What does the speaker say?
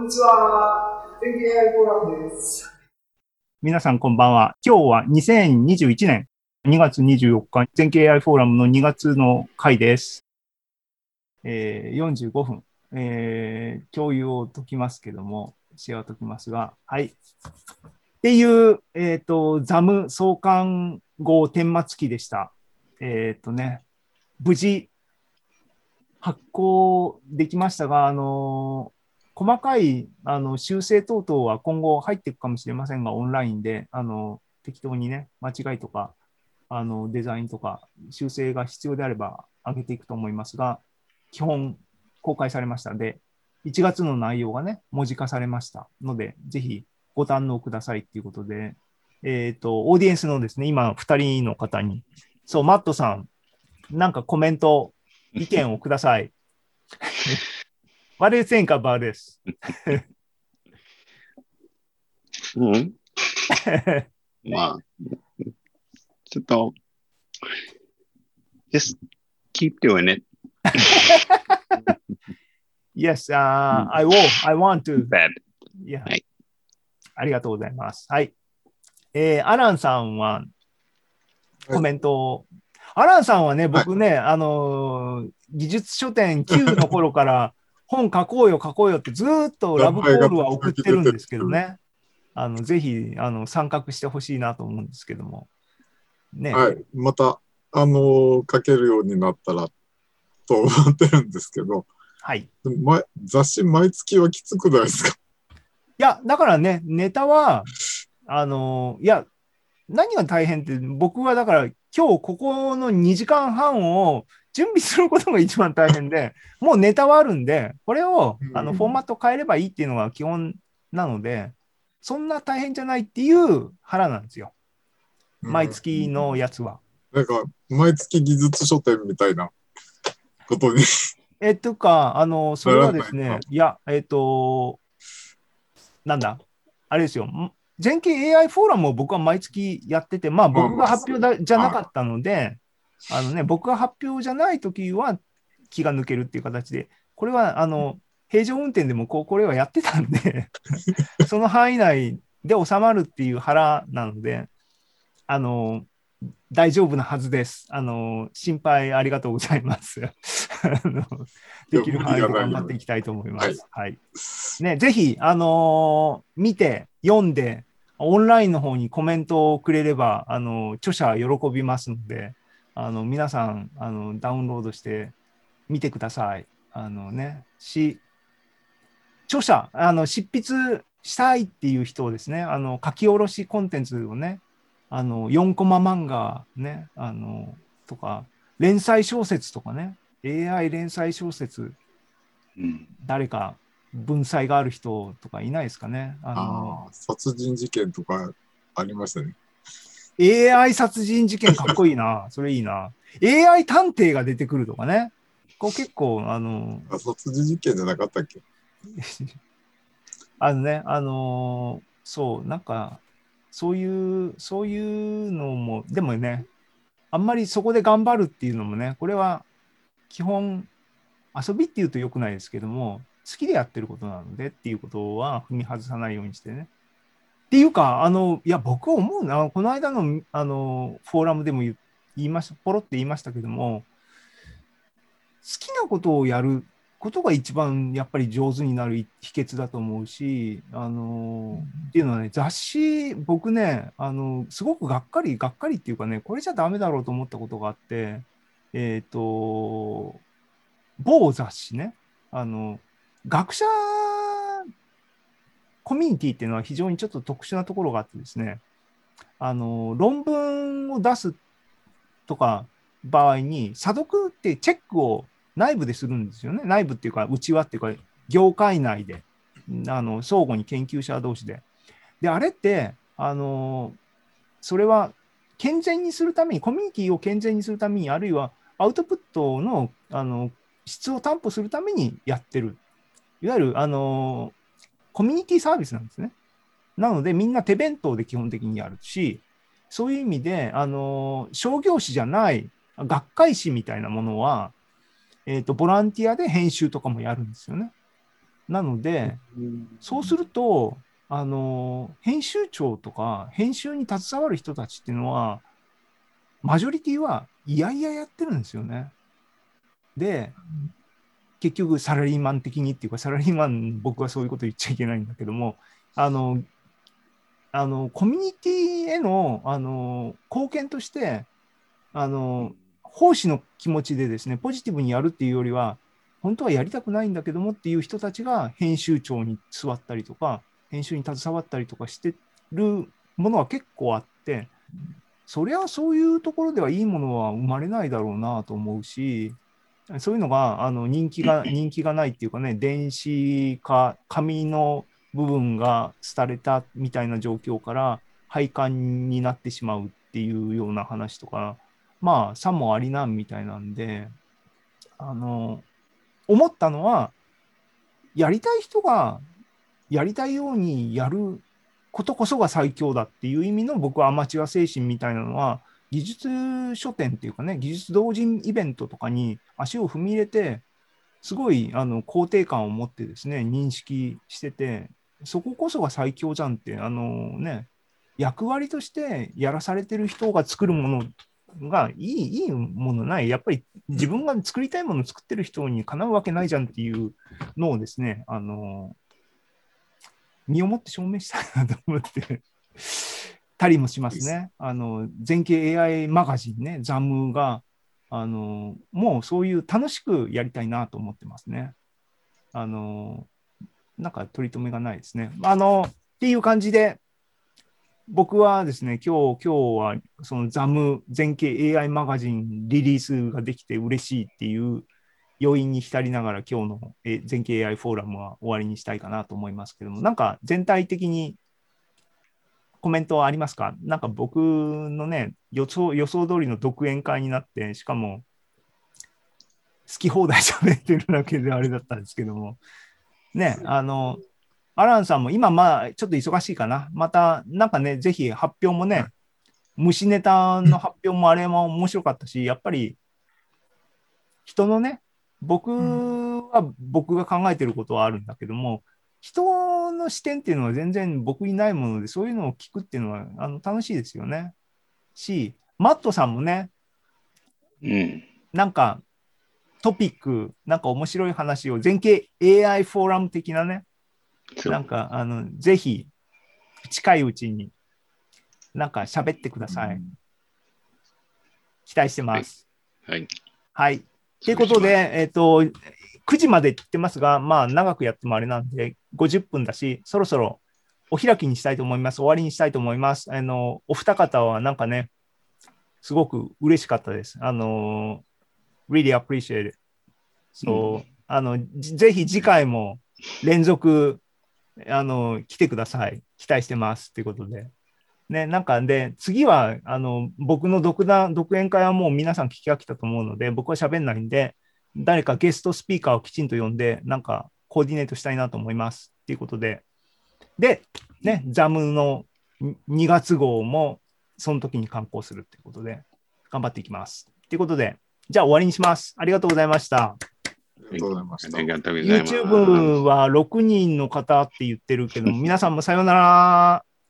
にちは。天気 AI フォーラムです。 皆さんこんばんは。今日は2021年2月24日、全景 AI フォーラムの2月の回です。45分、共有を解きますけども、シェアを解きますが、はい。っていう、ザム創刊号顛末期でした。無事発行できましたが、細かい修正等々は今後入っていくかもしれませんが、オンラインで適当にね、間違いとかデザインとか修正が必要であれば上げていくと思いますが、基本公開されましたので、1月の内容がね、文字化されましたので、ぜひご堪能くださいということで、オーディエンスのですね、今2人の方に、そう、マットさん、なんかコメント、意見をください。What do you think about this? まあ、ちょっと、just keep doing it. Yes, I want to. Bad. Yeah. はい。 ありがとうございます。はい。アランさんはコメントを、アランさんはね、僕ね、技術書店9の頃から本書こうよってずっとラブコールは送ってるんですけどね。ぜひ参画してほしいなと思うんですけども。ね。 はい。また、書けるようになったらと思ってるんですけど。 はい。 雑誌毎月はきつくないですか？ いや、だからね、ネタは、いや、何が大変って、僕はだから今日ここの2時間半を準備することが一番大変で、もうネタはあるんで、これをフォーマット変えればいいっていうのが基本なので、そんな大変じゃないっていう腹なんですよ。毎月のやつは。 なんか、毎月技術書店みたいなことに。 それはですね、いや、なんだ、あれですよ。全景 AI フォーラムを僕は毎月やってて、まあ僕が発表じゃなかったので、僕が発表じゃないときは気が抜けるっていう形で、これは平常運転でもこれはやってたんで、その範囲内で収まるっていう腹なので、大丈夫なはずです。心配ありがとうございます。できる範囲で頑張っていきたいと思います。はい。ね、ぜひ、見て、読んで、オンラインの方にコメントをくれれば、著者は喜びますので、皆さん、ダウンロードして見てください。著者、執筆したいっていう人をですね、書き下ろしコンテンツをね、4コマ漫画ね、とか、連載小説とかね、AI 連載小説、誰か文才がある人とかいないですかね。 殺人事件とかありましたね。 AI 殺人事件かっこいいな。それいいな。AI 探偵が出てくるとかね。こう結構、 殺人事件じゃなかったっけ？ そう、なんか、そういうのも、でもね、あんまりそこで頑張るっていうのもね、これは基本、遊びっていうと良くないですけども、好きでやってることなのでっていうことは踏み外さないようにしてね。っていうか、いや、僕思うな、この間の、フォーラムでも言いました、ポロって言いましたけども、好きなことをやることが一番やっぱり上手になる秘訣だと思うし、っていうのはね、雑誌、僕ね、すごくがっかりっていうかね、これじゃダメだろうと思ったことがあって、某雑誌ね、学者コミュニティっていうのは非常にちょっと特殊なところがあってですね、論文を出すとか場合に、査読ってチェックを内部でするんですよね。内部っていうか、内輪っていうか、業界内で、相互に研究者同士で。で、あれって、それは健全にするために、コミュニティを健全にするために、あるいはアウトプットの、質を担保するためにやってる。いわゆる、コミュニティサービスなんですね。なので、みんな手弁当で基本的にやるし、そういう意味で、商業誌じゃない学会誌みたいなものは、ボランティアで編集とかもやるんですよね。 なので、そうすると、編集長とか編集に携わる人たちっていうのは、マジョリティはいやいややってるんですよね。で、結局サラリーマン的にっていうか、サラリーマン、僕はそういうこと言っちゃいけないんだけども、コミュニティへの、貢献として、奉仕の気持ちでですね、ポジティブにやるっていうよりは、本当はやりたくないんだけどもっていう人たちが編集長に座ったりとか、編集に携わったりとかしてるものは結構あって、そりゃそういうところではいいものは生まれないだろうなと思うし、そういうのが人気がないっていうかね、電子化、紙の部分が廃れたみたいな状況から廃刊になってしまうっていうような話とか、まあ、さもありなんみたいなんで、思ったのは、やりたい人がやりたいようにやることこそが最強だっていう意味の僕はアマチュア精神みたいなのは、技術書店っていうかね、技術同人イベントとかに足を踏み入れて、すごい肯定感を持ってですね、認識してて、そここそが最強じゃんって、役割としてやらされてる人が作るものがいいものない。やっぱり自分が作りたいものを作ってる人にかなうわけないじゃんっていうのをですね、身をもって証明したいなと思ってたりもしますね。全景 AI マガジンね、ザムが、もうそういう楽しくやりたいなと思ってますね。なんか取り留めがないですね。っていう感じで、僕はですね、今日はそのザム全景 AI マガジンリリースができて嬉しいっていう要因に浸りながら今日の全景 AI フォーラムは終わりにしたいかなと思いますけども、なんか全体的にコメントはありますか？なんか僕のね、予想通りの独演会になって、しかも好き放題喋ってるだけであれだったんですけども、ね、アランさんも今まあちょっと忙しいかな。またなんかね、ぜひ発表もね、虫ネタの発表もあれも面白かったし、やっぱり人のね、僕が考えてることはあるんだけども、人の視点っていうのは全然僕にないもので、そういうのを聞くっていうのは楽しいですよね。マットさんもね、なんかトピック、なんか面白い話を、全景 AI フォーラム的なね、なんかぜひ近いうちになんか喋ってください。期待してます。 はい。 はい。ということで、9時までって言ってますが、まあ長くやってもあれなんで、50分だし、そろそろお開きにしたいと思います。終わりにしたいと思います。お二方はなんかね、すごく嬉しかったです。really appreciate it. そう、ぜひ次回も連続、来てください。期待してます。ということで。ね、なんかで、次は、僕の独演会はもう皆さん聞き飽きたと思うので、僕は喋んないんで、誰かゲストスピーカーをきちんと呼んで、なんかコーディネートしたいなと思います。ということで。で、ね、ザムの2月号も、その時に刊行するということで、頑張っていきます。ということで、じゃあ終わりにします。ありがとうございました。 ありがとうございました。 YouTube は6人の方って言ってるけども、皆さんもさようなら。